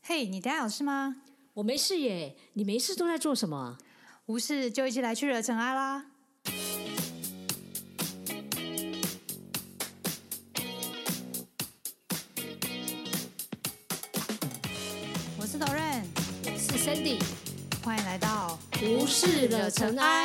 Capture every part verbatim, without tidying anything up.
嘿，你等一下有事吗？ 我没事耶，你没事都在做什么啊？ 无事就一起来去惹尘埃啦！我是 Doreen， 我是 Sandy， 欢迎来到无事惹尘埃。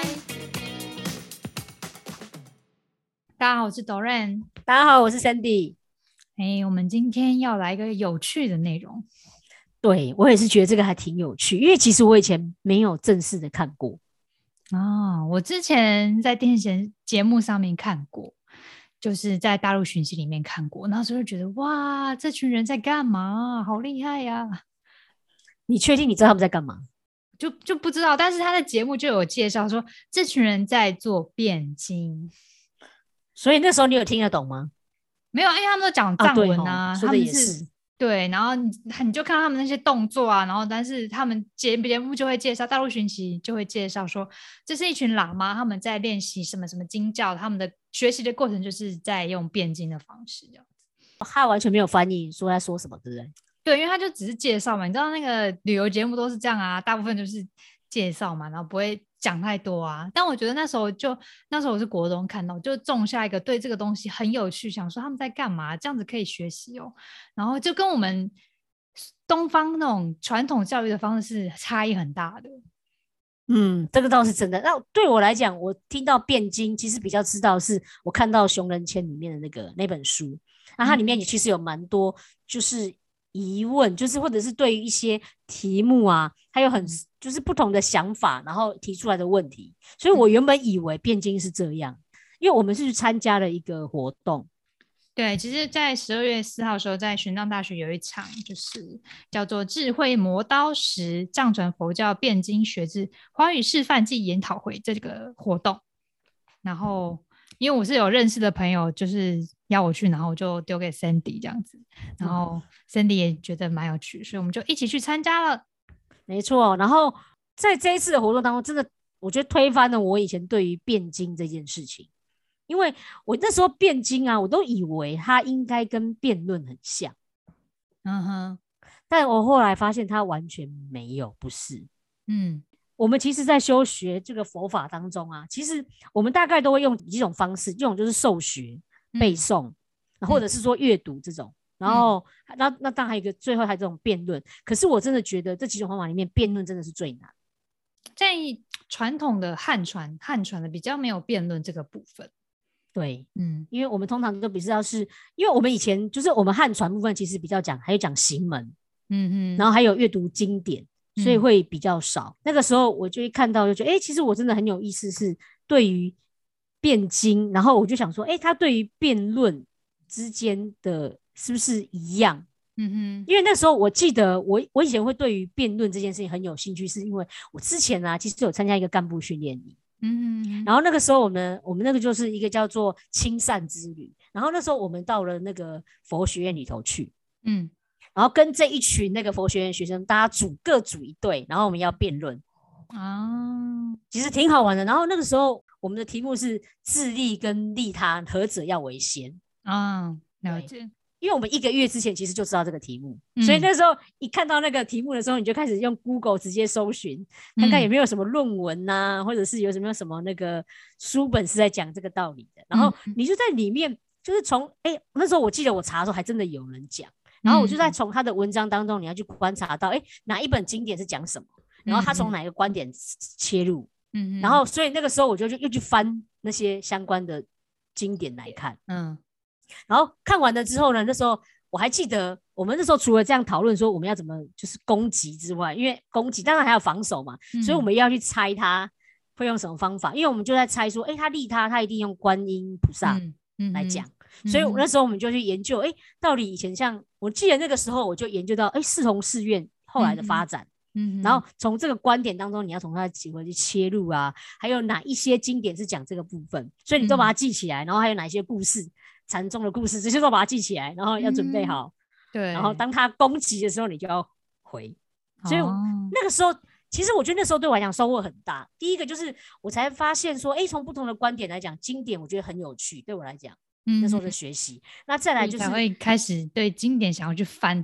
大家好，我是 Doreen。 大家好，我是 Sandy。 哎，我们今天要来一个有趣的内容。 对，我也是觉得这个还挺有趣，因为其实我以前没有正式的看过。 哦，我之前在电视节目上面看过，就是在大陆讯息里面看过，那时候就觉得哇，这群人在干嘛？好厉害呀！ 你确定你知道他们在干嘛？ 就就不知道，但是他的节目就有介绍说，这群人在做辩经。 所以那时候你有听得懂吗？ 没有，因为他们都讲藏文啊， 啊说的也是。 对，然后 你, 你就看到他们那些动作啊，然后但是他们节节目就会介绍，大陆寻奇就会介绍说，这是一群喇嘛，他们在练习什么什么经教，他们的学习的过程就是在用辩经的方式这样子。 他完全没有翻译说在说什么，对不对？ 对，因为他就只是介绍嘛，你知道那个旅游节目都是这样啊，大部分就是介绍嘛，然后不会讲太多啊。但我觉得那时候就那时候我是国中看到，就种下一个对这个东西很有趣，想说他们在干嘛，这样子可以学习哦。然后就跟我们东方那种传统教育的方式是差异很大的。 嗯，这个倒是真的。那对我来讲，我听到辩经，其实比较知道是我看到熊仁谦里面的那个那本书，那它里面也其实有蛮多就是疑问，就是或者是对于一些题目啊，还有很就是不同的想法，然后提出来的问题。所以我原本以为辩经是这样，因为我们是去参加了一个活动。 对，其实在十二月四号的时候，在玄奘大学有一场就是叫做智慧磨刀石藏传佛教辩经学之华语示范暨研讨会这个活动。然后因为我是有认识的朋友就是邀我去，然后我就丢给 Sandy 这样子，然后 Sandy 也觉得蛮有趣，所以我们就一起去参加了。 没错，然后在这一次的活动当中，真的我觉得推翻了我以前对于辩经这件事情。因为我那时候辩经啊，我都以为它应该跟辩论很像， 嗯哼， 但我后来发现它完全没有，不是。 嗯， 我们其实在修学这个佛法当中啊，其实我们大概都会用几种方式，一种就是受学、背诵，嗯、或者是说阅读这种，然后、嗯、那那当然还有一个最后还有这种辩论。可是我真的觉得这几种方法里面，辩论真的是最难。 在传统的汉传，汉传的比较没有辩论这个部分。 对，嗯，因为我们通常都比较是，因为我们以前就是我们汉传部分其实比较讲，还有讲行门，嗯嗯，然后还有阅读经典，所以会比较少。嗯、那个时候我就一看到就觉得，哎、欸，其实我真的很有意思，是对于辩经，然后我就想说，哎、欸，他对于辩论之间的是不是一样？嗯哼，因为那时候我记得我我以前会对于辩论这件事情很有兴趣，是因为我之前啊，其实有参加一个干部训练营。嗯，然后那个时候我们我们那个就是一个叫做亲善之旅，然后那时候我们到了那个佛学院里头去，嗯，然后跟这一群那个佛学院学生，大家组各组一队，然后我们要辩论啊，其实挺好玩的。然后那个时候我们的题目是自利跟利他何者要为先啊，了解。因为我们一个月之前其实就知道这个题目、嗯、所以那时候一看到那个题目的时候，你就开始用 Google 直接搜寻，看看有没有什么论文啊、嗯、或者是有什么什么那个书本是在讲这个道理的，然后你就在里面就是从哎那时候我记得我查的时候还真的有人讲，然后我就在从他的文章当中你要去观察到哎哪一本经典是讲什么，然后他从哪个观点切入，嗯，然后所以那个时候我就又去翻那些相关的经典来看，嗯。然后看完了之后呢，那时候我还记得我们那时候除了这样讨论说我们要怎么就是攻击之外，因为攻击当然还有防守嘛、嗯、所以我们要去猜他会用什么方法，因为我们就在猜说哎，他利他他一定用观音菩萨来讲、嗯嗯、所以那时候我们就去研究哎，到底以前像我记得那个时候我就研究到哎，四弘寺院后来的发展，嗯，然后从这个观点当中你要从它的几回去切入啊，还有哪一些经典是讲这个部分，所以你都把它记起来、嗯、然后还有哪些故事禅宗的故事，这些都把它记起来，然后要准备好、嗯、对，然后当他攻击的时候你就要回、哦、所以那个时候其实我觉得那时候对我来讲收获很大，第一个就是我才发现说哎，从不同的观点来讲经典我觉得很有趣，对我来讲、嗯、那时候的学习，那再来就是才会开始对经典想要去翻它的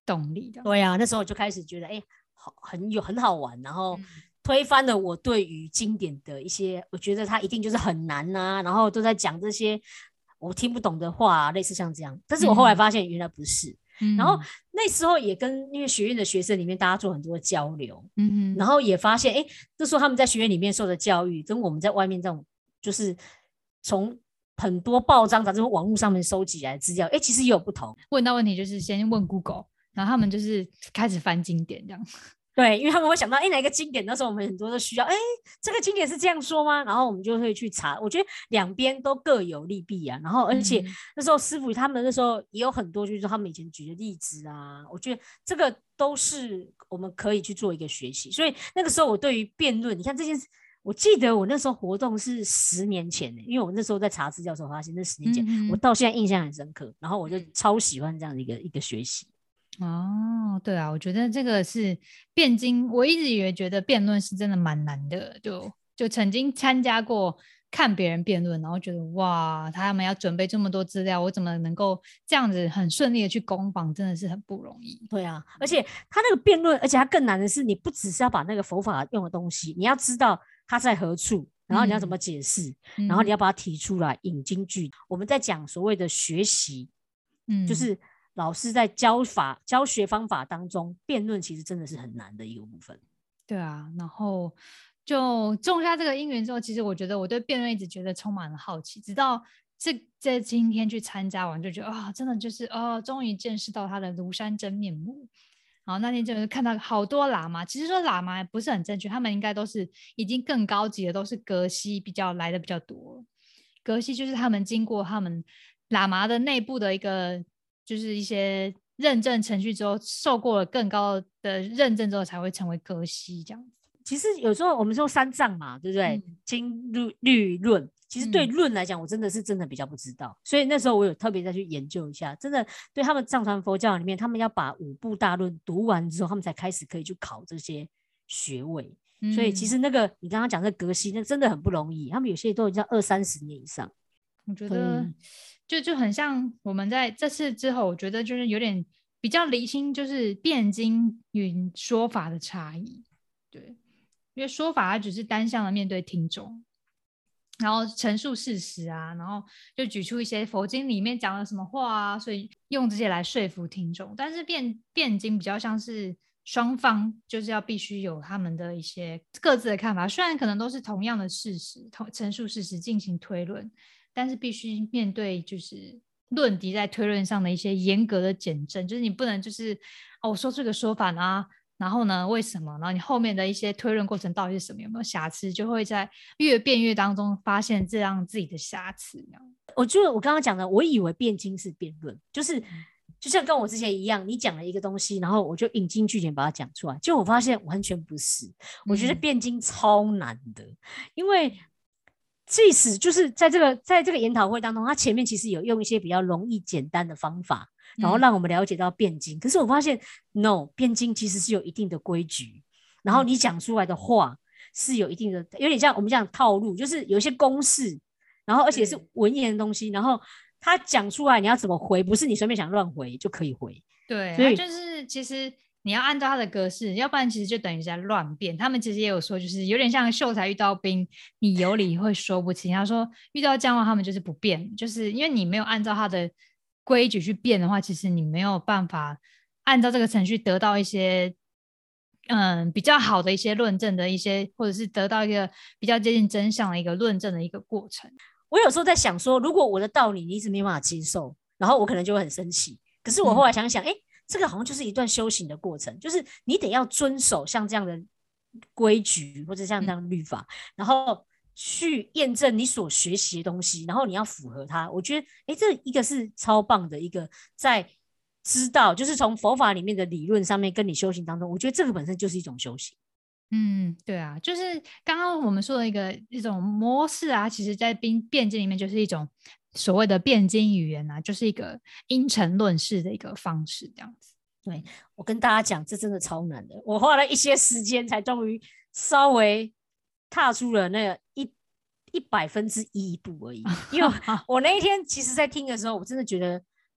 动力的。 对啊，那时候我就开始觉得，哎、欸，好，很有很好玩，然后推翻了我对于经典的一些，我觉得它一定就是很难啊，然后都在讲这些我听不懂的话、啊，类似像这样。但是我后来发现原来不是。嗯、然后那时候也跟因为学院的学生里面大家做很多的交流，嗯，然后也发现，哎、欸，那时候他们在学院里面受的教育跟我们在外面这种就是从很多报章杂志或网络上面收集来的资料，哎、欸，其实也有不同。 问到问题就是先问 Google， 然后他们就是开始翻经典这样。 对，因为他们会想到，哎，哪一个经典？那时候我们很多都需要，哎，这个经典是这样说吗？然后我们就会去查。我觉得两边都各有利弊啊。然后，而且、嗯、那时候师傅他们那时候也有很多，就是说他们以前举的例子啊，我觉得这个都是我们可以去做一个学习。所以那个时候我对于辩论，你看这件事，我记得我那时候活动是十年前的，因为我那时候在查资料的时候发现，那十年前、嗯、我到现在印象很深刻。然后我就超喜欢这样的一个一个学习。 哦，对啊，我觉得这个是辩经，我一直以为觉得辩论是真的蛮难的，就就曾经参加过看别人辩论，然后觉得哇，他们要准备这么多资料，我怎么能够这样子很顺利的去攻防，真的是很不容易。 对啊，而且他那个辩论，而且他更难的是，你不只是要把那个佛法用的东西，你要知道它在何处，然后你要怎么解释、嗯、然后你要把它提出来，引经据典。我们在讲所谓的学习，嗯，就是老师在教法教学方法当中，辩论其实真的是很难的一个部分。 对啊，然后就种下这个因缘之后，其实我觉得我对辩论一直觉得充满了好奇，直到这这今天去参加完，就觉得啊、哦，真的就是哦，终于见识到他的庐山真面目。然后那天就是看到好多喇嘛，其实说喇嘛不是很正确，他们应该都是已经更高级的，都是格西比较来的比较多。格西就是他们经过他们喇嘛的内部的一个就是一些认证程序之后，受过了更高的认证之后才会成为格西这样子。 其实有时候我们说三藏嘛，对不对？嗯、经律律论，其实对论来讲，我真的是真的比较不知道、嗯，所以那时候我有特别再去研究一下。真的对他们藏传佛教里面，他们要把五部大论读完之后，他们才开始可以去考这些学位。嗯、所以其实那个你刚刚讲的格西，那真的很不容易。他们有些都已经二三十年以上。 我觉得就就很像我们在这次之后，我觉得就是有点比较厘清，就是辩经与说法的差异。对，因为说法它只是单向的面对听众，然后陈述事实啊，然后就举出一些佛经里面讲了什么话啊，所以用这些来说服听众。但是辩辩经比较像是双方就是要必须有他们的一些各自的看法，虽然可能都是同样的事实，陈述事实进行推论，但是必须面对就是论敌在推论上的一些严格的检证，就是你不能就是哦，我说这个说法呢，然后呢为什么，然后你后面的一些推论过程到底是什么，有没有瑕疵，就会在越辩越当中发现这样自己的瑕疵。 我觉得我刚刚讲的，我以为辩经是辩论，就是就像跟我之前一样，你讲了一个东西，然后我就引经据典把它讲出来，结果我发现完全不是。我觉得辩经超难的、嗯、因为即使就是在这个在这个研讨会当中，他前面其实有用一些比较容易简单的方法，然后让我们了解到辩经、嗯、可是我发现 no， 辩经其实是有一定的规矩，然后你讲出来的话是有一定的，有点像我们讲套路，就是有一些公式，然后而且是文言的东西，然后他讲出来你要怎么回，不是你随便想乱回就可以回。 对，所以就是其实你要按照他的格式，要不然其实就等于在乱辩。他们其实也有说，就是有点像秀才遇到兵，你有理会说不清。他说遇到这样的话，他们就是不辩，就是因为你没有按照他的规矩去辩的话，其实你没有办法按照这个程序得到一些嗯比较好的一些论证的一些，或者是得到一个比较接近真相的一个论证的一个过程。 我有时候在想说，如果我的道理你一直没办法接受，然后我可能就会很生气。可是我后来想想，哎、嗯，这个好像就是一段修行的过程，就是你得要遵守像这样的规矩或者像这样的律法、嗯、然后去验证你所学习的东西，然后你要符合它。我觉得哎，这一个是超棒的一个在知道，就是从佛法里面的理论上面跟你修行当中，我觉得这个本身就是一种修行。 嗯，对啊，就是刚刚我们说的一个一种模式啊，其实在辩经里面就是一种所谓的辩经语言啊，就是一个因成论事的一个方式这样子。 对，我跟大家讲，这真的超难的，我花了一些时间才终于稍微踏出了那个一一百分之一步而已。因为我那一天其实在听的时候，我真的觉得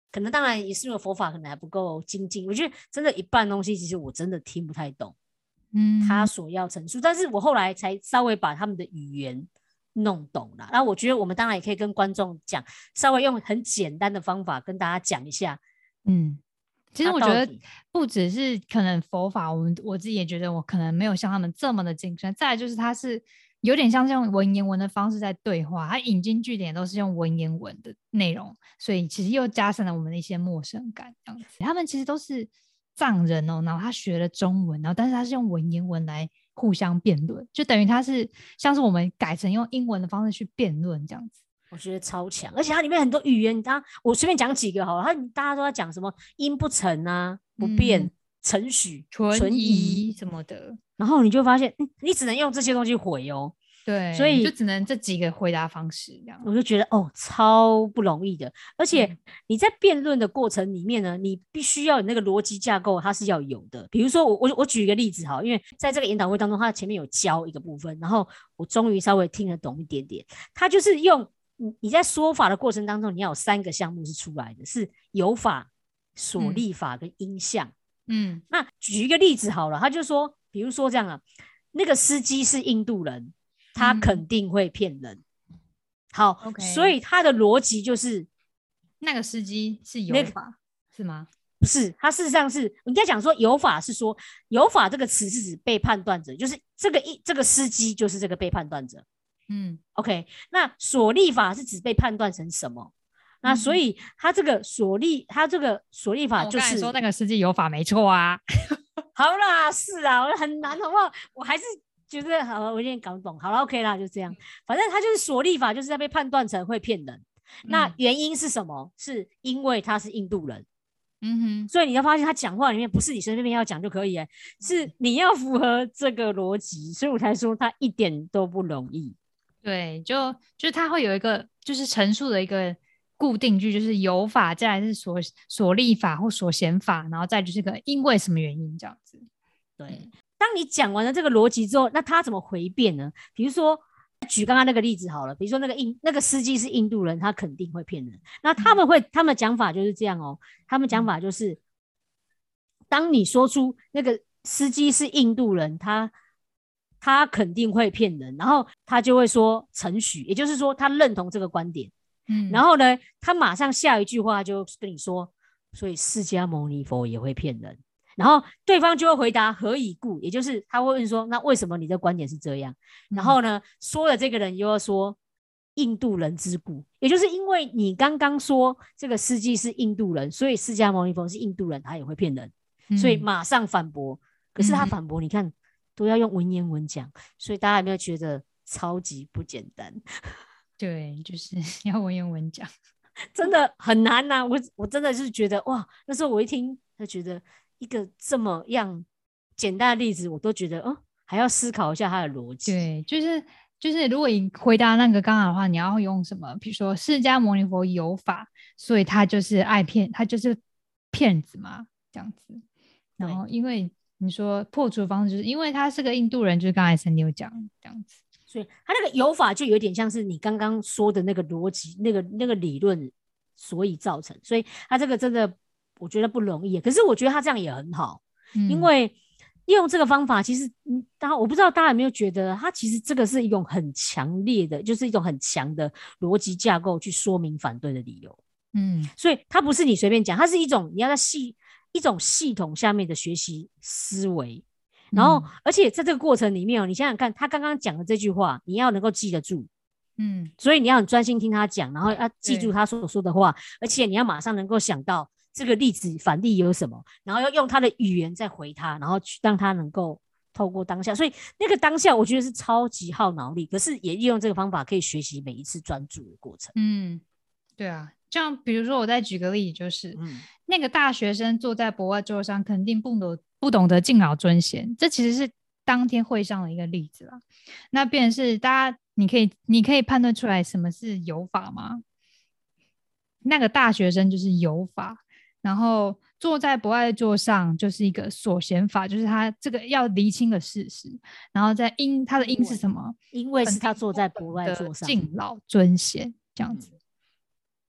可能当然也是因为佛法可能还不够精进，我觉得真的一半东西其实我真的听不太懂，嗯，他所要陈述，但是我后来才稍微把他们的语言弄懂了。然后我觉得我们当然也可以跟观众讲，稍微用很简单的方法跟大家讲一下。 嗯，其实我觉得不只是可能佛法，我们我自己也觉得我可能没有像他们这么的精深。再来就是他是有点像是用文言文的方式在对话，他引经据典都是用文言文的内容，所以其实又加深了我们的一些陌生感。这样子，他们其实都是藏人哦，然后他学了中文，然后但是他是用文言文来互相辩论，就等于他是像是我们改成用英文的方式去辩论这样子。 我觉得超强，而且它里面很多语言，它我随便讲几个好了，它大家都在讲什么音不成啊、不变、嗯、承许、 存疑什么的， 然后你就发现、嗯、你只能用这些东西回哦。 对， 所以就只能这几个回答方式这样。 我就觉得哦，超不容易的。而且你在辩论的过程里面呢，你必须要有那个逻辑架构，它是要有的。比如说我我我举一个例子哈，因为在这个研讨会当中，它前面有教一个部分，然后我终于稍微听得懂一点点。它就是用你在说法的过程当中，你要有三个项目是出来的，是有法、所立法跟因项。嗯，那举一个例子好了，他就说，比如说这样啊，那个司机是印度人，他肯定会骗人。嗯、好， okay. 所以他的逻辑就是那个司机是有法、那個、是吗？ 不是，他事实上是你在讲说有法，是说有法这个词是指被判断者，就是这个这个司机就是这个被判断者。嗯 ，OK， 那所立法是指被判断成什么？那所以他这个所立，他这个所立法就是、 我刚才说那个司机有法没错啊。 好啦，是啊，我很难，好不好？我还是觉得好了，我有点搞不懂。好了 ，OK 啦，就这样。反正他就是所立法，就是在被判断成会骗人。嗯、那原因是什么？是因为他是印度人。嗯哼，所以你要发现他讲话里面不是你随便要讲就可以，是你要符合这个逻辑，所以我才说他一点都不容易。 对，就就是他会有一个就是陈述的一个固定句，就是有法，再来是所所立法或所显法，然后再就是个因为什么原因这样子。 对，当你讲完了这个逻辑之后，那他怎么回辩呢？比如说举刚刚那个例子好了，比如说那个印那个司机是印度人，他肯定会骗人。那他们会、嗯、他们讲法就是这样哦，他们讲法就是、嗯、当你说出那个司机是印度人，他他肯定会骗人，然后他就会说承许，也就是说他认同这个观点。嗯，然后呢，他马上下一句话就跟你说，所以释迦牟尼佛也会骗人。然后对方就会回答何以故，也就是他会问说，那为什么你的观点是这样？嗯、然后呢，说了这个人又要说印度人之故，也就是因为你刚刚说这个司机是印度人，所以释迦牟尼佛是印度人，他也会骗人，嗯、所以马上反驳。可是他反驳，嗯、你看都要用文言文讲，所以大家有没有觉得超级不简单？ 对，就是要文言文讲， 真的很难呐、啊！我我真的是觉得哇，那时候我一听就觉得。一个这么样简单的例子，我都觉得，哦，还要思考一下它的逻辑。 对，就是就是，如果你回答那个刚刚的话，你要用什么？比如说，释迦牟尼佛有法，所以他就是爱骗，他就是骗子嘛，这样子。然后，因为你说破除的方式，就是因为他是个印度人，就是刚才森迪有讲这样子。 所以他那个有法就有点像是你刚刚说的那个逻辑、那个那个理论，所以造成。所以他这个真的。我觉得不容易，可是我觉得他这样也很好，嗯、因为用这个方法，其实大家我不知道大家有没有觉得，他其实这个是一种很强烈的，就是一种很强的逻辑架构去说明反对的理由。嗯，所以它不是你随便讲，它是一种你要在系一种系统下面的学习思维，然后、嗯、而且在这个过程里面、哦、你想想看，他刚刚讲的这句话，你要能够记得住。嗯，所以你要很专心听他讲，然后要记住他所说的话，而且你要马上能够想到。这个例子反例有什么，然后要用他的语言再回他，然后让他能够透过当下，所以那个当下我觉得是超级耗脑力，可是也利用这个方法可以学习每一次专注的过程。 嗯，对啊，这样比如说我再举个例子，就是、嗯、那个大学生坐在博爱桌上，肯定不懂不懂得敬老尊贤，这其实是当天会上的一个例子啦。那便是大家你可以你可以判断出来什么是有法吗？那个大学生就是有法。然后坐在博爱座上就是一个所显法，就是他这个要厘清的事实。然后在因他的因是什么？ 因为是他坐在博爱座上， 敬老尊贤这样子。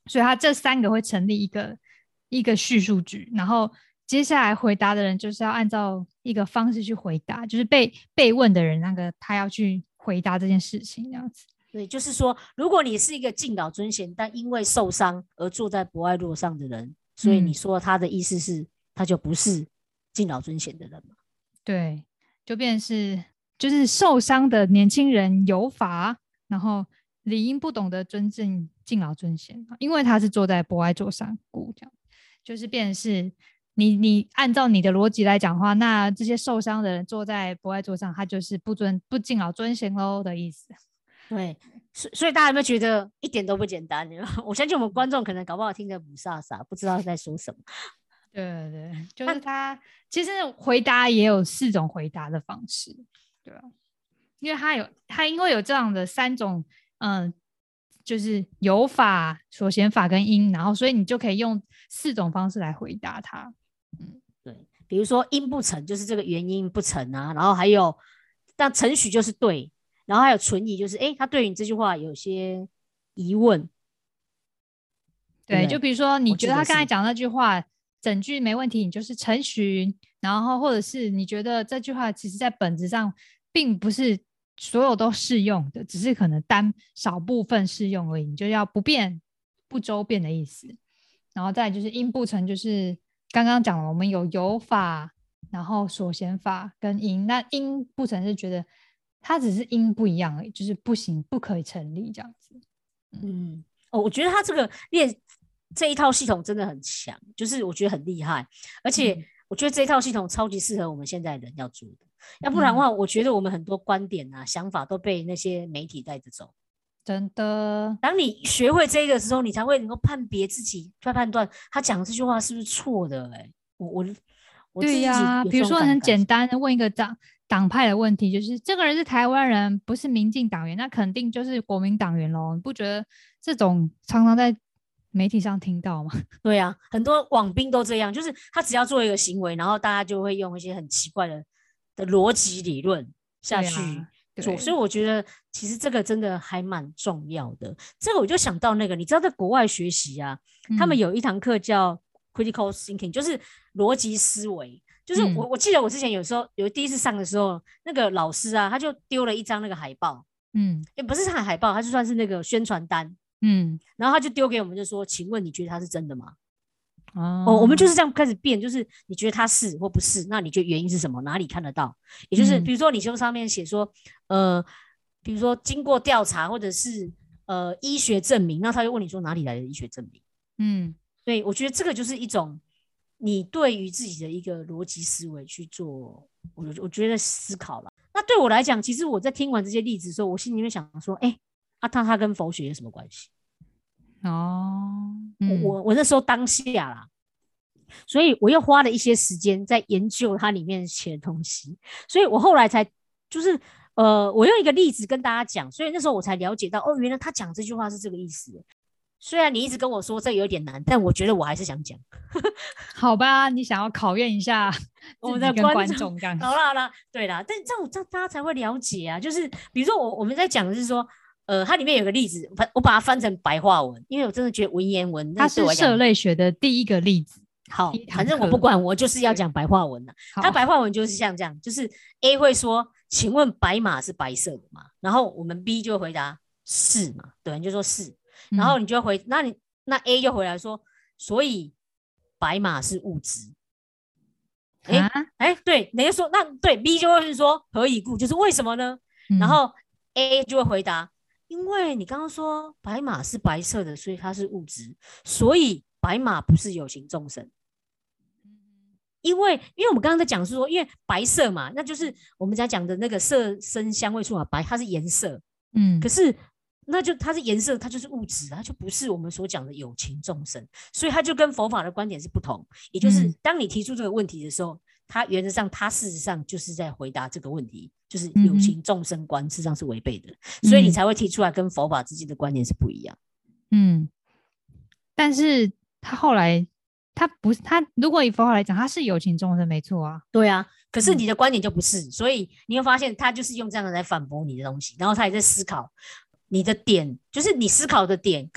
所以他这三个会成立一个一个叙述句，然后接下来回答的人就是要按照一个方式去回答，就是被被问的人那个他要去回答这件事情，这样子。 对，就是说，如果你是一个敬老尊贤，但因为受伤而坐在博爱座上的人，所以你说他的意思是，嗯、他就不是敬老尊贤的人嘛？ 对，就变成是就是受伤的年轻人有法，然后理应不懂得尊敬敬老尊贤，因为他是坐在博爱座上故，这样就是变成是你你按照你的逻辑来讲的话，那这些受伤的人坐在博爱座上，他就是不尊不敬老尊贤喽的意思。 对，所以大家有没有觉得一点都不简单？我相信我们观众可能搞不好听得不飒飒，不知道在说什么。对对，就是他其实回答也有四种回答的方式，对啊，因为他有他因为有这样的三种，嗯，就是有法、所显法跟因，然后所以你就可以用四种方式来回答他。 嗯，对，比如说因不成就是这个原因不成啊，然后还有但承许就是对。然后还有存疑，就是哎，他对你这句话有些疑问。 对，对就比如说你觉得他刚才讲那句话整句没问题，你就是承许，然后或者是你觉得这句话其实在本质上并不是所有都适用的，只是可能单少部分适用而已，你就要不变不周变的意思。然后再来就是因不成，就是刚刚讲了，我们有有法，然后所显法跟因，那因不成是觉得它只是因不一样而已，就是不行，不可以成立这样子。 嗯，哦，我觉得他这个练这一套系统真的很强，就是我觉得很厉害，而且我觉得这一套系统超级适合我们现在人要做的。要不然的话，我觉得我们很多观点啊、想法都被那些媒体带着走。 真的， 当你学会这个的时候，你才会能够判别自己，来判断他讲这句话是不是错的。哎、欸，我我我对呀、啊，比如说很简单的问一个党党派的问题，就是这个人是台湾人，不是民进党员，那肯定就是国民党员咯。你不觉得这种常常在媒体上听到吗？ 对啊，很多网兵都这样，就是他只要做一个行为，然后大家就会用一些很奇怪的的逻辑理论下去做，所以我觉得其实这个真的还蛮重要的。这个我就想到那个，你知道在国外学习啊，嗯、他们有一堂课叫 critical thinking， 就是逻辑思维。就是我、嗯、我记得我之前有时候有第一次上的时候，那个老师啊，他就丢了一张那个海报，嗯，也不是上海报，他就算是那个宣传单，嗯，然后他就丢给我们，就说：“请问你觉得他是真的吗？”哦, 哦，我们就是这样开始变，就是你觉得他是或不是，那你觉得原因是什么？哪里看得到？也就是比如说你就上面写说，呃，比如说经过调查或者是呃医学证明，那他就问你说哪里来的医学证明？嗯，所以我觉得这个就是一种你对于自己的一个逻辑思维去做，我我觉得思考了。那对我来讲，其实我在听完这些例子的时候，我心里面想说，哎，啊，他他跟佛学有什么关系？哦，嗯、我我那时候当下啦，所以我又花了一些时间在研究它里面写的东西，所以我后来才就是呃，我用一个例子跟大家讲，所以那时候我才了解到，哦，原来他讲这句话是这个意思。虽然你一直跟我说这有点难，但我觉得我还是想讲。 好吧，你想要考验一下我们的观众，这样好啦好啦，对啦，但这样这样大家才会了解啊。就是比如说我我们在讲的是说。呃，它里面有个例子，我把它翻成白话文，因为我真的觉得文言文， 它是社类学的第一个例子。 好，反正我不管，我就是要讲白话文了。它白话文就是像这样，就是 A 会说，请问白马是白色的吗？然后我们 B 就回答是嘛，对，你就说是，然后你就回，嗯、那你那 A 就回来说，所以白马是物质。哎哎、啊，对，人家说那对 B 就会说何以故，就是为什么呢？嗯、然后 A 就会回答。因为你刚刚说白马是白色的，所以它是物质，所以白马不是有情众生。因为因为我们刚刚在讲说，因为白色嘛，那就是我们在讲的那个色声香味触法，白它是颜色，嗯，可是那就它是颜色，它就是物质，它就不是我们所讲的有情众生，所以它就跟佛法的观点是不同。也就是当你提出这个问题的时候，它原则上它事实上就是在回答这个问题。就是有情众生观，事实上是违背的，嗯、所以你才会提出来跟佛法之间的观念是不一样。 嗯，但是他后来他不是他，如果以佛法来讲，他是有情众生，没错啊。 对啊，可是你的观点就不是，嗯、所以你会发现他就是用这样的来反驳你的东西，然后他也在思考你的点，就是你思考的点跟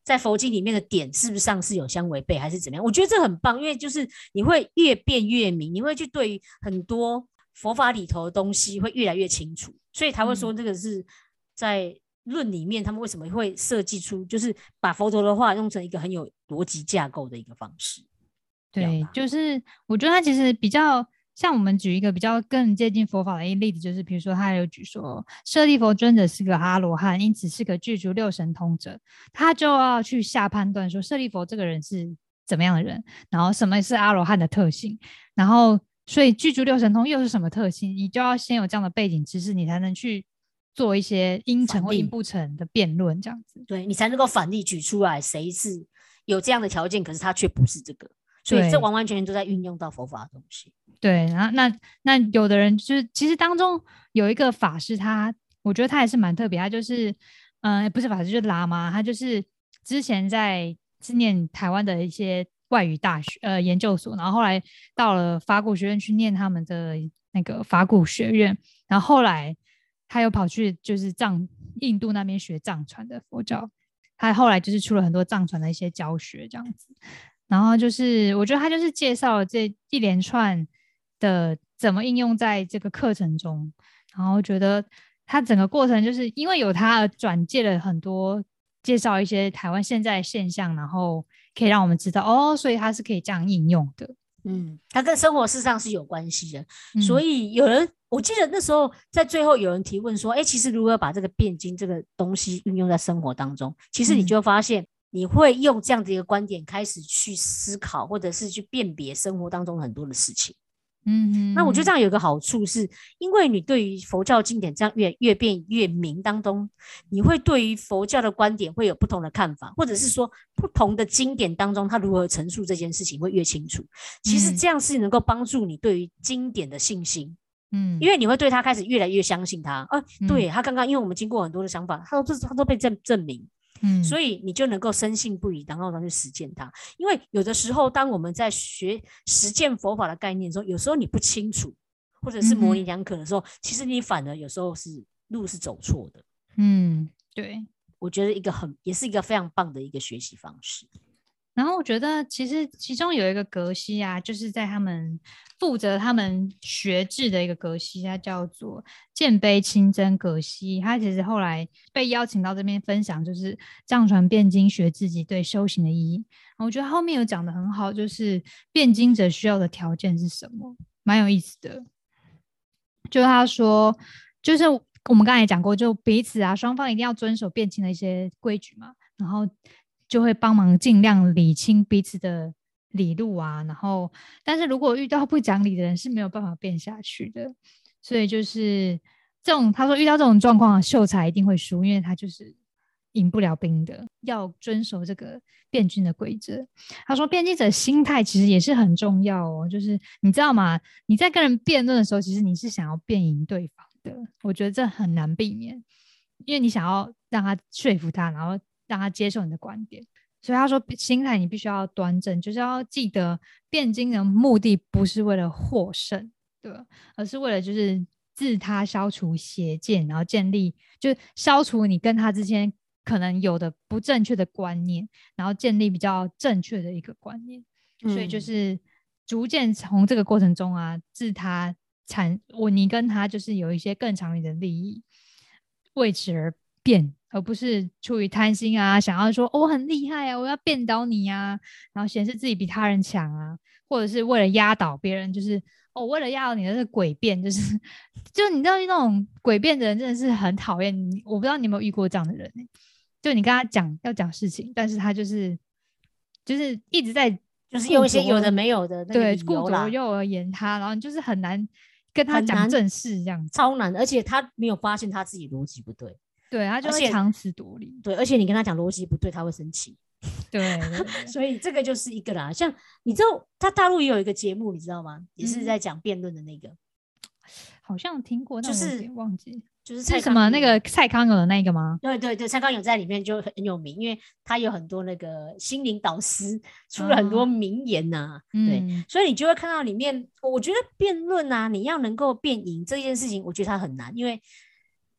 在佛经里面的点是不是上是有相违背还是怎么样？我觉得这很棒，因为就是你会越辩越明，你会去对于很多佛法里头的东西会越来越清楚，所以才会说这个是在论里面他们为什么会设计出就是把佛陀的话用成一个很有逻辑架构的一个方式。 对，就是我觉得他其实比较像我们举一个比较更接近佛法的一个例子，就是比如说他有举说舍利弗尊者是个阿罗汉，因此是个具足六神通者，他就要去下判断说舍利弗这个人是怎么样的人，然后什么是阿罗汉的特性，然后所以具足六神通又是什么特性，你就要先有这样的背景知识，你才能去做一些因成或因不成的辩论，这样子， 对，你才能够反例举出来谁是有这样的条件，可是他却不是这个，所以这完完全全都在运用到佛法的东西。 对，然后那那有的人就是其实当中有一个法师他，他我觉得他也是蛮特别，他就是嗯、呃，不是法师就是喇嘛，他就是之前在念台湾的一些外语大学呃研究所，然后后来到了法鼓学院去念他们的那个法鼓学院，然后后来他又跑去就是藏印度那边学藏传的佛教，他后来就是出了很多藏传的一些教学这样子，然后就是我觉得他就是介绍了这一连串的怎么应用在这个课程中，然后觉得他整个过程就是因为有他转介了很多介绍一些台湾现在的现象，然后可以让我们知道哦，所以它是可以这样应用的。 嗯，它跟生活事实上是有关系的、嗯、所以有人我记得那时候在最后有人提问说哎，其实如何把这个辩经这个东西运用在生活当中，其实你就会发现、嗯、你会用这样的一个观点开始去思考或者是去辨别生活当中很多的事情。嗯，那我觉得这样有一个好处是，因为你对于佛教经典这样越越辩越明当中，你会对于佛教的观点会有不同的看法，或者是说不同的经典当中它如何陈述这件事情会越清楚。其实这样是能够帮助你对于经典的信心，嗯，因为你会对他开始越来越相信他。啊，对，他刚刚因为我们经过很多的想法，他都他都被证证明。嗯，所以你就能够深信不疑，然后去实践它。因为有的时候，当我们在学实践佛法的概念的时候，有时候你不清楚，或者是模棱两可的时候、嗯，其实你反而有时候是路是走错的。 嗯，对， 我觉得一个很也是一个非常棒的一个学习方式。 然后我觉得其实其中有一个格西啊，就是在他们负责他们学制的一个格西，它叫做建碑清真格西。他其实后来被邀请到这边分享，就是藏传辩经学自己对修行的意义。我觉得后面有讲得很好，就是辩经者需要的条件是什么，蛮有意思的。就是他说，就是我们刚才也讲过，就彼此啊双方一定要遵守辩经的一些规矩嘛，然后就会帮忙尽量理清彼此的理路啊，然后但是如果遇到不讲理的人是没有办法辩下去的，所以就是这种他说遇到这种状况秀才一定会输，因为他就是赢不了兵的，要遵守这个辩经的规则。他说辩经者心态其实也是很重要哦，就是你知道吗，你在跟人辩论的时候，其实你是想要辩赢对方的，我觉得这很难避免，因为你想要让他说服他，然后让他接受你的观点，所以他说心态你必须要端正，就是要记得辩经的目的不是为了获胜，对吧？而是为了就是自他消除邪见，然后建立就是消除你跟他之间可能有的不正确的观念，然后建立比较正确的一个观念、嗯、所以就是逐渐从这个过程中啊，自他产我你跟他就是有一些更长远的利益，为此而辩，而不是出于贪心啊，想要说、哦、我很厉害啊，我要辩倒你啊，然后显示自己比他人强啊，或者是为了压倒别人，就是哦，为了压倒你的是诡辩，就是就你知道那种诡辩的人真的是很讨厌你，我不知道你有没有遇过这样的人、欸、就你跟他讲要讲事情，但是他就是就是一直在就是用一些有的没有的那个理由啦， 对，顾左右而言他，然后你就是很难跟他讲正事这样子， 超难，而且他没有发现他自己逻辑不对， 对，他就会强词夺理， 对，而且你跟他讲逻辑不对，他会生气， 对, 对, 对所以这个就是一个啦。像你知道，他大陆也有一个节目，你知道吗？也是在讲辩论的那个、嗯， 好像听过， 就是但我有点忘记， 就是蔡是什么那个蔡康永的那个吗？ 对对对，蔡康永在里面就很有名，因为他有很多那个心灵导师，出了很多名言呐、啊哦，对、嗯，所以你就会看到里面，我觉得辩论啊，你要能够辩赢这件事情，我觉得它很难，因为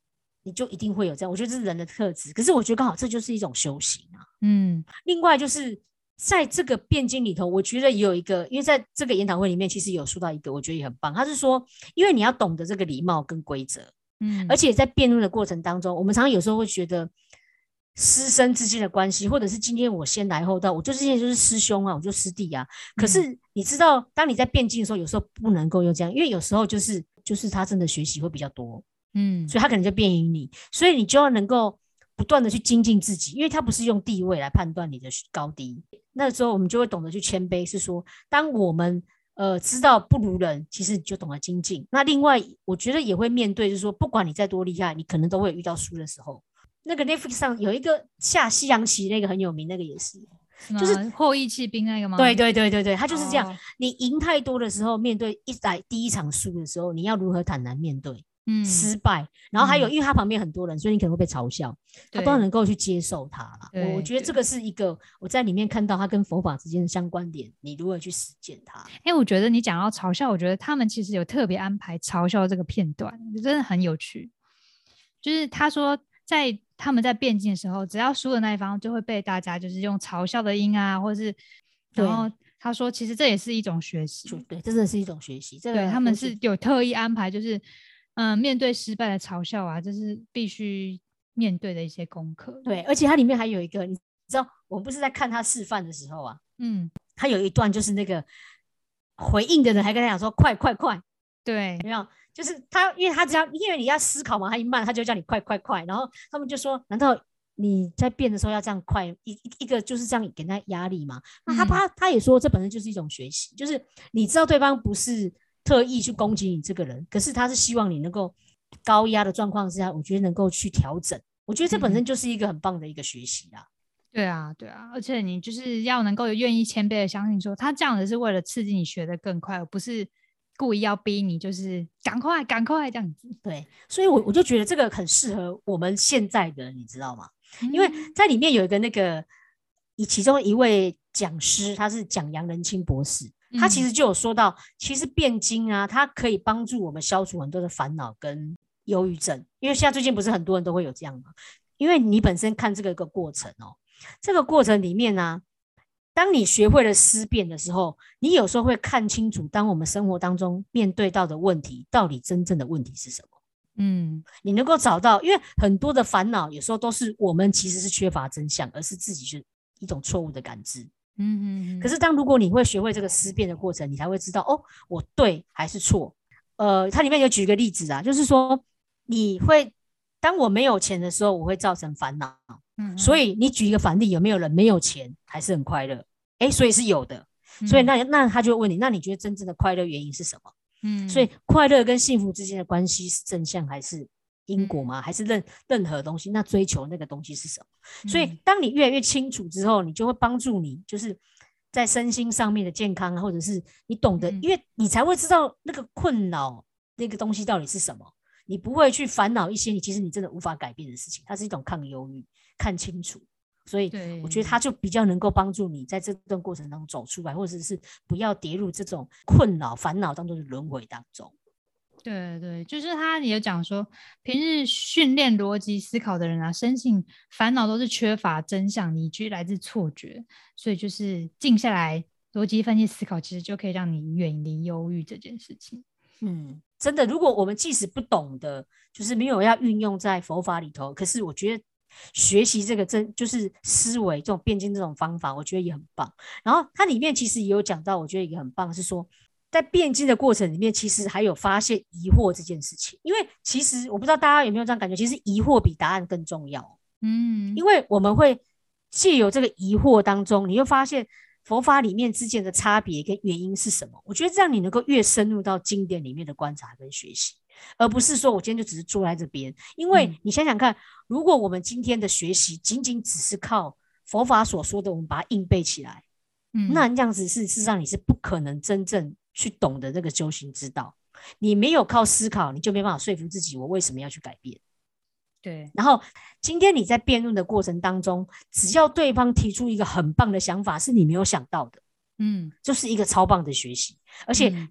你就一定会有这样，我觉得这是人的特质。可是我觉得刚好这就是一种修行啊。嗯，另外就是在这个辩经里头，我觉得也有一个，因为在这个研讨会里面，其实有说到一个，我觉得也很棒。他是说，因为你要懂得这个礼貌跟规则，嗯，而且在辩论的过程当中，我们常常有时候会觉得师生之间的关系，或者是今天我先来后到，我就之前就是师兄啊，我就师弟啊。可是你知道，当你在辩经的时候，有时候不能够用这样，因为有时候就是就是他真的学习会比较多。嗯，所以他可能就辩赢你，所以你就要能够不断的去精进自己，因为他不是用地位来判断你的高低。那时候我们就会懂得去谦卑，是说当我们呃知道不如人，其实你就懂得精进。那另外我觉得也会面对，就是说不管你再多厉害，你可能都会遇到输的时候。那个 Netflix 上有一个下西洋棋那个很有名，那个也是， 就是后羿弃兵那个吗？ 对对对对对，他就是这样。哦、你赢太多的时候，面对一来第一场输的时候，你要如何坦然面对？嗯，失败，然后还有、嗯、因为他旁边很多人，所以你可能会被嘲笑，他都能够去接受他啦。我我觉得这个是一个我在里面看到他跟佛法之间的相关点，你如何去实践它。 哎、欸，我觉得你讲到嘲笑，我觉得他们其实有特别安排嘲笑这个片段，真的很有趣。就是他说在他们在辩经的时候，只要输的那一方就会被大家就是用嘲笑的音啊，或者是然后他说其实这也是一种学习， 对，真的是一种学习。这个、 对，他们是有特意安排，就是嗯，面对失败的嘲笑啊，这是必须面对的一些功课。 对，而且它里面还有一个，你知道，我们不是在看他示范的时候啊，嗯，他有一段就是那个回应的人还跟他讲说快快快， 对， 有没有？就是他，因为他只要因为你要思考嘛，他一慢他就叫你快快快，然后他们就说，难道你在变的时候要这样快？一一个就是这样给他压力嘛。那他他他也说，这本身就是一种学习，就是你知道对方不是特意去攻击你这个人，可是他是希望你能够高压的状况之下，我觉得能够去调整。我觉得这本身就是一个很棒的一个学习啦。 嗯、对啊，对啊，而且你就是要能够愿意谦卑的相信说，他这样子是为了刺激你学得更快，而不是故意要逼你，就是赶快赶快这样子。 对，所以我我就觉得这个很适合我们现在的，你知道吗？嗯、因为在里面有一个那个，其中一位讲师，他是讲杨仁清博士。他其实就有说到，其实辩经啊，它可以帮助我们消除很多的烦恼跟忧郁症。因为现在最近不是很多人都会有这样吗？因为你本身看这个一个过程哦，这个过程里面呢、啊，当你学会了思辨的时候，你有时候会看清楚，当我们生活当中面对到的问题，到底真正的问题是什么？嗯，你能够找到，因为很多的烦恼有时候都是我们其实是缺乏真相，而是自己是一种错误的感知。嗯嗯嗯。可是当如果你会学会这个思辨的过程，你才会知道哦，我对还是错。呃，它里面有举个例子啊，就是说你会当我没有钱的时候，我会造成烦恼。嗯，所以你举一个反例，有没有人没有钱还是很快乐？哎，所以是有的。所以那那他就会问你，那你觉得真正的快乐原因是什么？嗯，所以快乐跟幸福之间的关系是正向还是因果吗？还是任任何东西？那追求那个东西是什么？嗯、所以当你越来越清楚之后，你就会帮助你，就是在身心上面的健康，或者是你懂得，嗯、因为你才会知道那个困扰那个东西到底是什么。你不会去烦恼一些你其实你真的无法改变的事情，它是一种抗忧郁，看清楚。所以我觉得它就比较能够帮助你在这段过程当中走出来，或者是不要跌入这种困扰烦恼当中的轮回当中。 对对，就是他也讲说，平日训练逻辑思考的人啊，深信烦恼都是缺乏真相，以及来自错觉，所以就是静下来逻辑分析思考，其实就可以让你远离忧郁这件事情。 嗯，真的，如果我们即使不懂的，就是没有要运用在佛法里头，可是我觉得学习这个真就是思维这种辩经这种方法，我觉得也很棒。然后它里面其实也有讲到，我觉得也很棒，是说在辩经的过程里面，其实还有发现疑惑这件事情。因为其实我不知道大家有没有这样感觉，其实疑惑比答案更重要。嗯，因为我们会藉由这个疑惑当中，你会发现佛法里面之间的差别跟原因是什么。我觉得这样你能够越深入到经典里面的观察跟学习，而不是说我今天就只是坐在这边。因为你想想看，如果我们今天的学习仅仅只是靠佛法所说的我们把它硬背起来，嗯、那这样子是事实上你是不可能真正去懂得这个修行之道。你没有靠思考，你就没办法说服自己我为什么要去改变。 对， 然后今天你在辩论的过程当中，只要对方提出一个很棒的想法是你没有想到的，嗯，就是一个超棒的学习。而且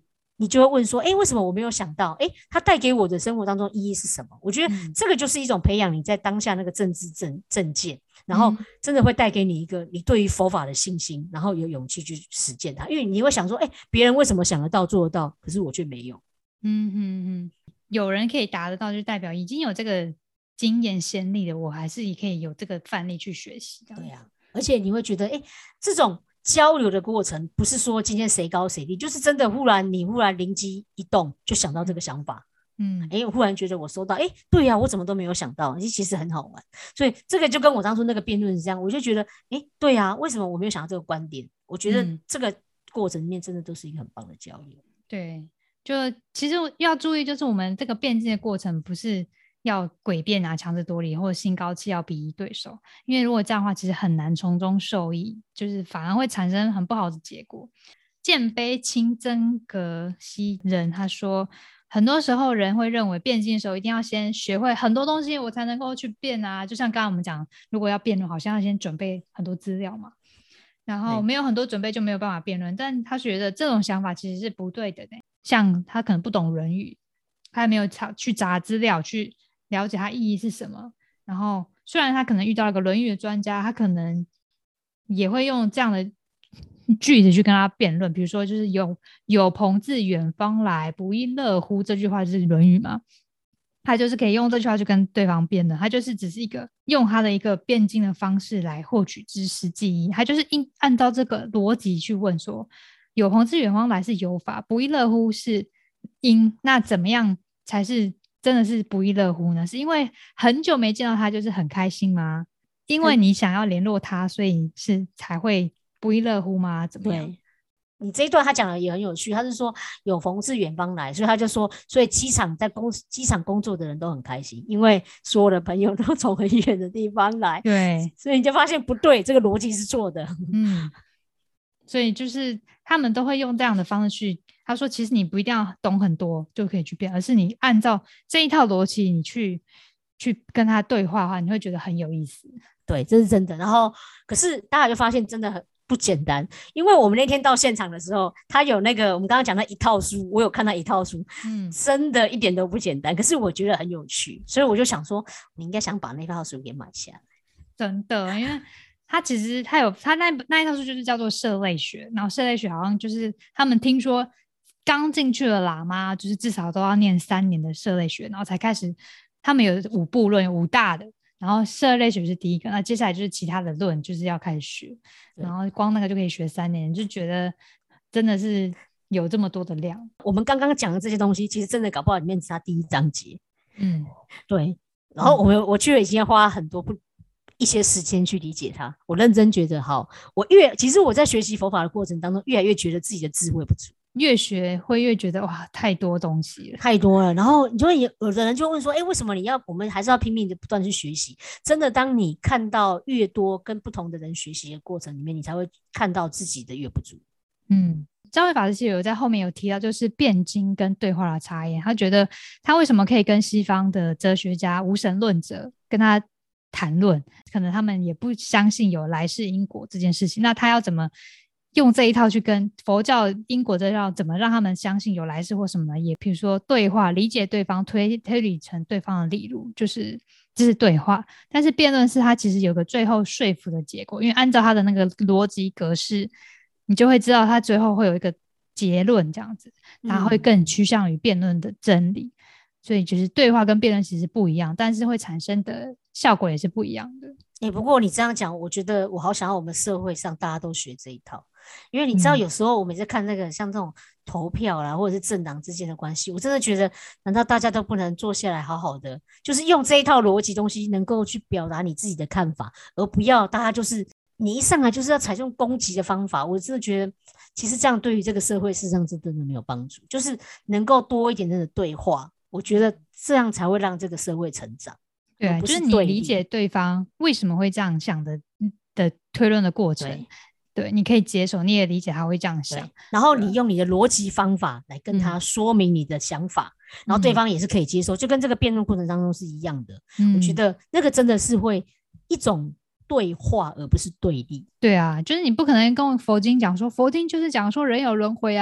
你就会问说，哎，为什么我没有想到？哎，它带给我的生活当中意义是什么？我觉得这个就是一种培养你在当下那个政治正正见，然后真的会带给你一个你对于佛法的信心，然后有勇气去实践它。因为你会想说，哎，别人为什么想得到做得到，可是我却没有。 嗯哼哼，有人可以达得到，就代表已经有这个经验先例的，我还是可以有这个范例去学习。 对啊，而且你会觉得，哎，这种交流的过程不是说今天谁高谁低，就是真的忽然你忽然灵机一动就想到这个想法，嗯，哎，我忽然觉得我收到，哎，对呀、啊，我怎么都没有想到，其实很好玩。所以这个就跟我当初那个辩论是这样，我就觉得，哎，对呀、啊，为什么我没有想到这个观点？我觉得这个过程里面真的都是一个很棒的交流。 对，就其实要注意，就是我们这个辩证的过程不是要诡辩啊、强词夺理或者心高气傲鄙夷对手，因为如果这样的话，其实很难从中受益，就是反而会产生很不好的结果。建碑清真格西人他说，很多时候人会认为辩经的时候一定要先学会很多东西，我才能够去辩啊。就像刚刚我们讲，如果要辩论，好像要先准备很多资料嘛。然后没有很多准备就没有办法辩论，但他觉得这种想法其实是不对的呢。像他可能不懂人语，他还没有去查资料去了解它意义是什么，然后虽然他可能遇到一个论语的专家，他可能也会用这样的句子去跟他辩论，比如说就是有有朋自远方来，不亦乐乎，这句话就是论语嘛，他就是可以用这句话去跟对方辩论，他就是只是一个用他的一个辩经的方式来获取知识记忆，他就是按照这个逻辑去问说，有朋自远方来是有法，不亦乐乎是因，那怎么样才是真的是不亦乐乎呢？是因为很久没见到他就是很开心吗？因为你想要联络他，所以是才会不亦乐乎吗？怎么样？ 对，你这一段他讲的也很有趣，他是说有朋自远方来，所以他就说，所以机场在工机场工作的人都很开心，因为所有的朋友都从很远的地方来， 对， 所以你就发现不对，这个逻辑是错的。 嗯，所以就是他们都会用这样的方式去，他说其实你不一定要懂很多就可以去辩，而是你按照这一套逻辑你去去跟他对话的话，你会觉得很有意思。 对，这是真的。然后可是大家就发现真的很不简单，因为我们那天到现场的时候，他有那个我们刚刚讲的一套书，我有看到一套书，嗯，真的一点都不简单。可是我觉得很有趣，所以我就想说，你应该想把那套书给买下来。 真的，因为他其实他有他那那一套书就是叫做社类学，然后社类学好像就是他们听说刚进去的喇嘛，就是至少都要念三年的社类学，然后才开始。他们有五部论，有五大的。然后社类学是第一个，那接下来就是其他的论，就是要开始学，然后光那个就可以学三年，就觉得真的是有这么多的量。 我们刚刚讲的这些东西，其实真的搞不好里面只是第一章节，嗯，对。然后我们、嗯、我去了已经要花很多不一些时间去理解它。我认真觉得，好，我越其实我在学习佛法的过程当中，越来越觉得自己的智慧不足。 越学会越觉得哇，太多东西了， 太多了。然后你就会有的人就问说，哎，为什么你要我们还是要拼命的不断去学习？真的，当你看到越多跟不同的人学习的过程里面，你才会看到自己的越不足。 嗯，张慧法师有在后面有提到，就是辩经跟对话的差异。他觉得他为什么可以跟西方的哲学家、无神论者跟他谈论，可能他们也不相信有来世因果这件事情。那他要怎么？用这一套去跟佛教因果这套怎么让他们相信有来世或什么呢？也比如说对话，理解对方，推推理成对方的理路，就是这是对话。但是辩论是它其实有个最后说服的结果，因为按照他的那个逻辑格式，你就会知道他最后会有一个结论这样子，它会更趋向于辩论的真理。嗯、所以就是对话跟辩论其实不一样，但是会产生的效果也是不一样的。 欸、不过你这样讲，我觉得我好想要我们社会上大家都学这一套，因为你知道有时候我们在看那个像这种投票啦，或者是政党之间的关系，我真的觉得，难道大家都不能坐下来好好的，就是用这一套逻辑东西，能够去表达你自己的看法，而不要大家就是你一上来就是要采用攻击的方法。我真的觉得，其实这样对于这个社会事实上是真的没有帮助，就是能够多一点点的对话，我觉得这样才会让这个社会成长。 对啊，就是你理解对方为什么会这样想的的推论的过程， 对, 对，你可以接受，你也理解他会这样想， 然后你用你的逻辑方法来跟他说明你的想法，嗯、然后对方也是可以接受，就跟这个辩论过程当中是一样的。嗯、我觉得那个真的是会一种对话，而不是对立。 对啊，就是你不可能跟佛经讲说，佛经就是讲说人有轮回啊，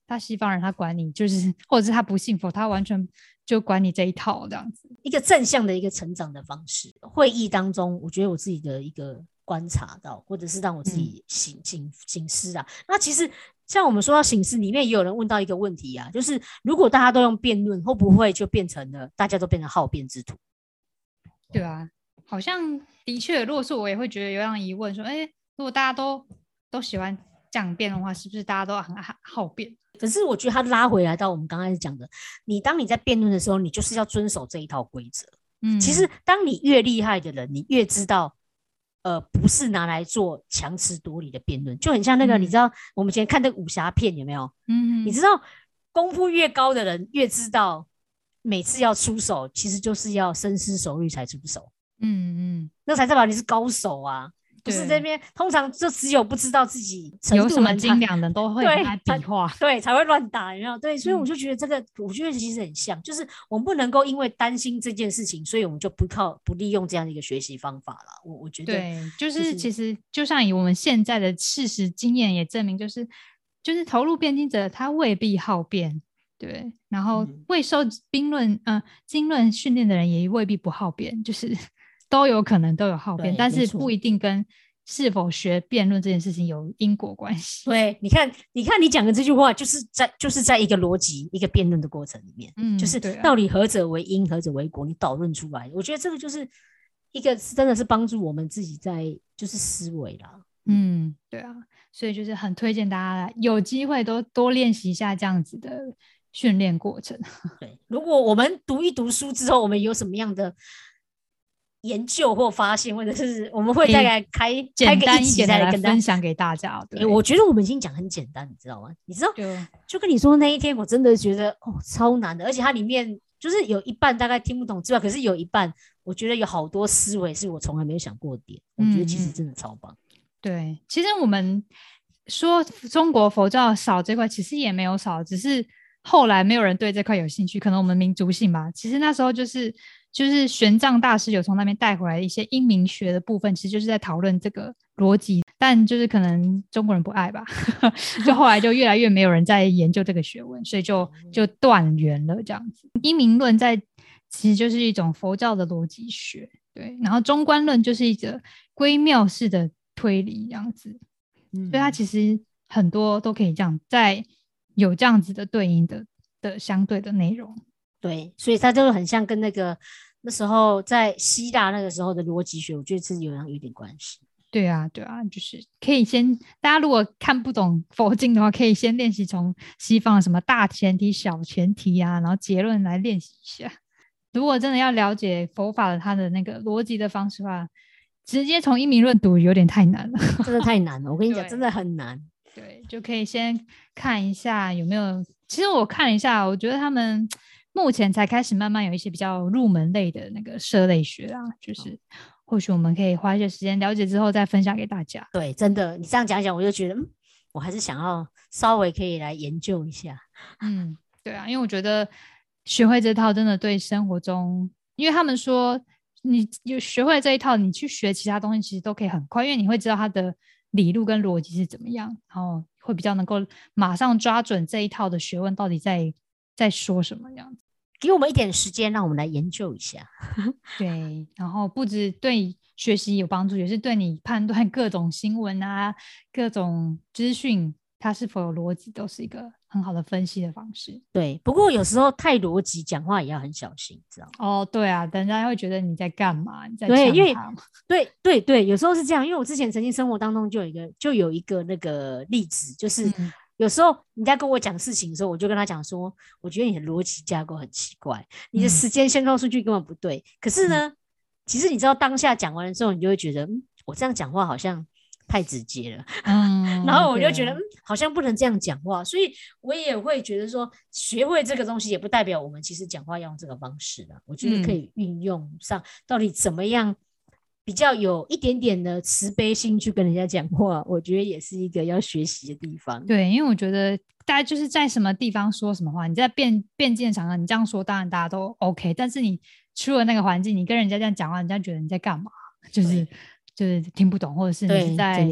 他西方人他管你就是或者是他不信佛，他完全就管你这一套这样子， 一个正向的一个成长的方式。会议当中我觉得我自己的一个观察到，或者是让我自己醒醒醒思啊。那其实像我们说到醒思里面也有人问到一个问题啊，就是如果大家都用辩论，会不会就变成了大家都变成好辩之徒？ 对啊，好像的确，如果是我也会觉得有样疑问说，哎，如果大家都都喜欢这样辩论的话，是不是大家都很好辩？ 可是我觉得他拉回来到我们刚开始讲的，你当你在辩论的时候，你就是要遵守这一套规则。嗯，其实当你越厉害的人，你越知道，呃，不是拿来做强词夺理的辩论，就很像那个，嗯、你知道我们以前看那个武侠片有没有？嗯，你知道功夫越高的人越知道，每次要出手，其实就是要深思熟虑才出手。嗯嗯，那才代表你是高手啊。不是这边，通常就只有不知道自己有什么斤两的都会来比划， 对，才会乱打，有没有？对，所以我就觉得这个，嗯、我觉得其实很像，就是我们不能够因为担心这件事情，所以我们就不靠不利用这样的一个学习方法了。我我觉得， 对，就是其实就像以我们现在的事实经验也证明，就是就是投入辩经者他未必好辩，对，然后未受兵论呃经论训练的人也未必不好辩，就是。都有可能都有好辩，但是不一定跟是否学辩论这件事情有因果关系。 对，你看，你看你讲的这句话，就是在就是在一个逻辑、一个辩论的过程里面，嗯，就是到底何者为因，何者为果，你导论出来。我觉得这个就是一个真的是帮助我们自己在就是思维啦。 嗯，对啊，所以就是很推荐大家有机会都多练习一下这样子的训练过程。 对，如果我们读一读书之后，我们有什么样的研究或发现，或者是我们会再来开简单一点的来分享给大家。对、 欸，我觉得我们已经讲很简单，你知道吗？你知道，就跟你说那一天，我真的觉得哦超难的，而且它里面就是有一半大概听不懂之外，可是有一半我觉得有好多思维是我从来没有想过的点，我觉得其实真的超棒。 嗯、对，其实我们说中国佛教少这块，其实也没有少，只是后来没有人对这块有兴趣，可能我们民族性吧。其实那时候就是就是玄奘大师有从那边带回来一些因明学的部分，其实就是在讨论这个逻辑，但就是可能中国人不爱吧，就后来就越来越没有人在研究这个学问，所以就就断源了这样子。因明论在其实就是一种佛教的逻辑学，对，然后中观论就是一个归妙式的推理这样子，嗯、所以它其实很多都可以这样在。有这样子的对应 的, 的相对的内容。 对，所以它就很像跟那个那时候在希腊那个时候的逻辑学，我觉得是有有点关系。 对啊对啊，就是可以先大家如果看不懂佛经的话，可以先练习从西方的什么大前提小前提啊，然后结论来练习一下。如果真的要了解佛法的它的那个逻辑的方式的话，直接从因明论读有点太难了， 真的太难了，我跟你讲真的很难。 对，就可以先看一下有没有，其实我看了一下，我觉得他们目前才开始慢慢有一些比较入门类的那个社类学啊，就是或许我们可以花一些时间了解之后再分享给大家。 对，真的，你这样讲讲，我就觉得，嗯，我还是想要稍微可以来研究一下。 嗯，对啊，因为我觉得学会这套真的对生活中，因为他们说你有学会这一套，你去学其他东西其实都可以很快，因为你会知道它的理路跟逻辑是怎么样，然后会比较能够马上抓准这一套的学问到底在在说什么样子。 给我们一点时间，让我们来研究一下。 对，然后不止对学习有帮助，也是对你判断各种新闻啊、各种资讯它是否有逻辑，都是一个很好的分析的方式。 对，不过有时候太逻辑，讲话也要很小心，知道吗？ 哦，对啊，人家会觉得你在干嘛？你在对，因为对对对，有时候是这样。因为我之前曾经生活当中就有一个就有一个那个例子，就是、嗯、有时候人家跟我讲事情的时候，我就跟他讲说，我觉得你的逻辑架构很奇怪，你的时间先后顺序根本不对。嗯、可是呢、嗯，其实你知道当下讲完了之后，你就会觉得，嗯，我这样讲话好像太直接了，嗯，然后我就觉得、嗯、好像不能这样讲话，所以我也会觉得说，学会这个东西也不代表我们其实讲话要用这个方式啦。我觉得可以运用上，到底怎么样比较有一点点的慈悲心去跟人家讲话，我觉得也是一个要学习的地方。 对，因为我觉得大家就是在什么地方说什么话，你在辩辩经场合你这样说，当然大家都 OK， 但是你出了那个环境，你跟人家这样讲话，人家觉得你在干嘛，就是就是听不懂，或者是你是在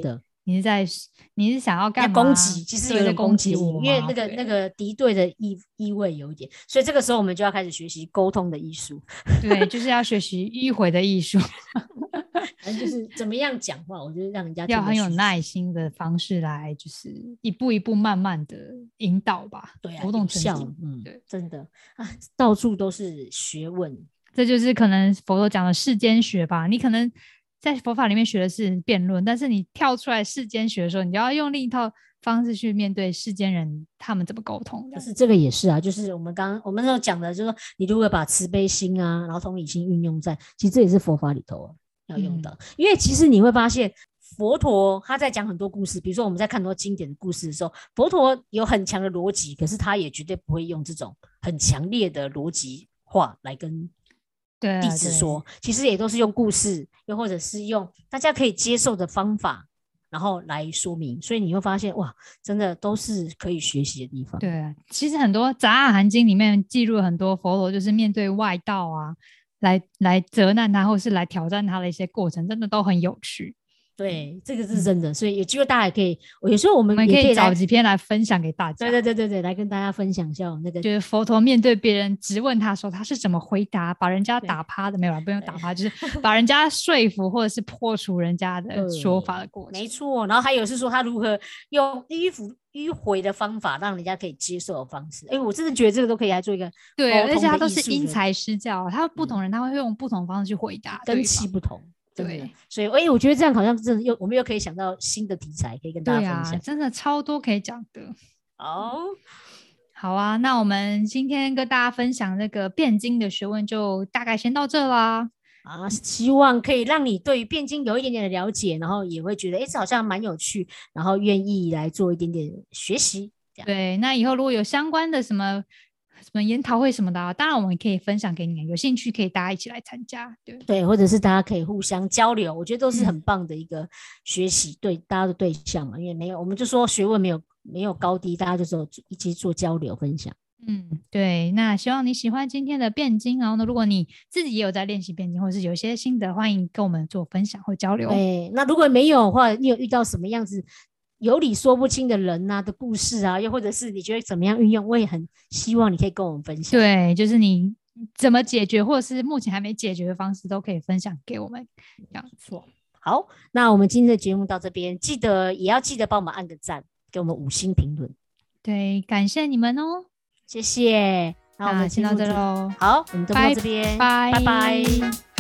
你是在你是想要干嘛？ 攻击，其实有点攻击我，因为那个那个敌对的意意味有一点，所以这个时候我们就要开始学习沟通的艺术。 对，就是要学习迂回的艺术。 反正就是怎么样讲话，我觉得让人家要很有耐心的方式来，就是一步一步慢慢的引导吧。 对啊， 活动成效，嗯，对，真的啊，到处都是学问。 这就是可能佛陀讲的世间学吧。你可能在佛法里面学的是辩论，但是你跳出来世间学的时候，你就要用另一套方式去面对世间人他们怎么沟通。 可是这个也是啊，就是我们刚刚我们那时候讲的，就是说你如果把慈悲心啊，然后同理心运用在，其实这也是佛法里头、啊、要用到、嗯、因为其实你会发现佛陀他在讲很多故事，比如说我们在看很多经典的故事的时候，佛陀有很强的逻辑，可是他也绝对不会用这种很强烈的逻辑化来跟弟子说、啊、其实也都是用故事，又或者是用大家可以接受的方法然后来说明，所以你会发现哇，真的都是可以学习的地方。 对啊，其实很多杂阿含经里面记录了很多佛陀就是面对外道啊来来责难他或是来挑战他的一些过程，真的都很有趣。 对，这个是真的、嗯、所以有机会大家也可以，有时候我们也可以找几篇来分享给大家。 对对对对对，来跟大家分享一下那个， 就是佛陀面对别人质问他的时候，他是怎么回答，把人家打趴的，没有啦，不用打趴，就是把人家说服或者是破除人家的说法的过程。 没错，然后还有是说他如何用迂腐迂回的方法让人家可以接受的方式。哎，我真的觉得这个都可以来做一个对，而且他都是因材施教，他不同人他会用不同方式去回答， 根器不同。对，所以哎，我觉得这样好像真的又我们又可以想到新的题材可以跟大家分享。 对啊，真的超多可以讲的。 哦， 好啊，那我们今天跟大家分享这个辩经的学问就大概先到这啦。 啊，希望可以让你对于辩经有一点点的了解，然后也会觉得哎，这好像蛮有趣，然后愿意来做一点点学习。 对，那以后如果有相关的什么什么研讨会什么的、啊，当然我们可以分享给你，有兴趣可以大家一起来参加。对对，或者是大家可以互相交流，我觉得都是很棒的一个学习、嗯、对大家的对象嘛。因为没有，我们就说学问没有没有高低，大家就说一起做交流分享。 嗯，对。那希望你喜欢今天的辩经，然后呢，如果你自己也有在练习辩经，或者是有一些心得，欢迎跟我们做分享或交流。 对，那如果没有的话，你有遇到什么样子有理说不清的人啊的故事啊，又或者是你觉得怎么样运用，我也很希望你可以跟我们分享。 对，就是你怎么解决，或者是目前还没解决的方式，都可以分享给我们。这样错。好，那我们今天的节目到这边，记得也要记得帮我们按个赞，给我们五星评论。 对，感谢你们哦， 谢谢。那我们先到这喽。 好，我们就到这边， 拜拜。 拜拜。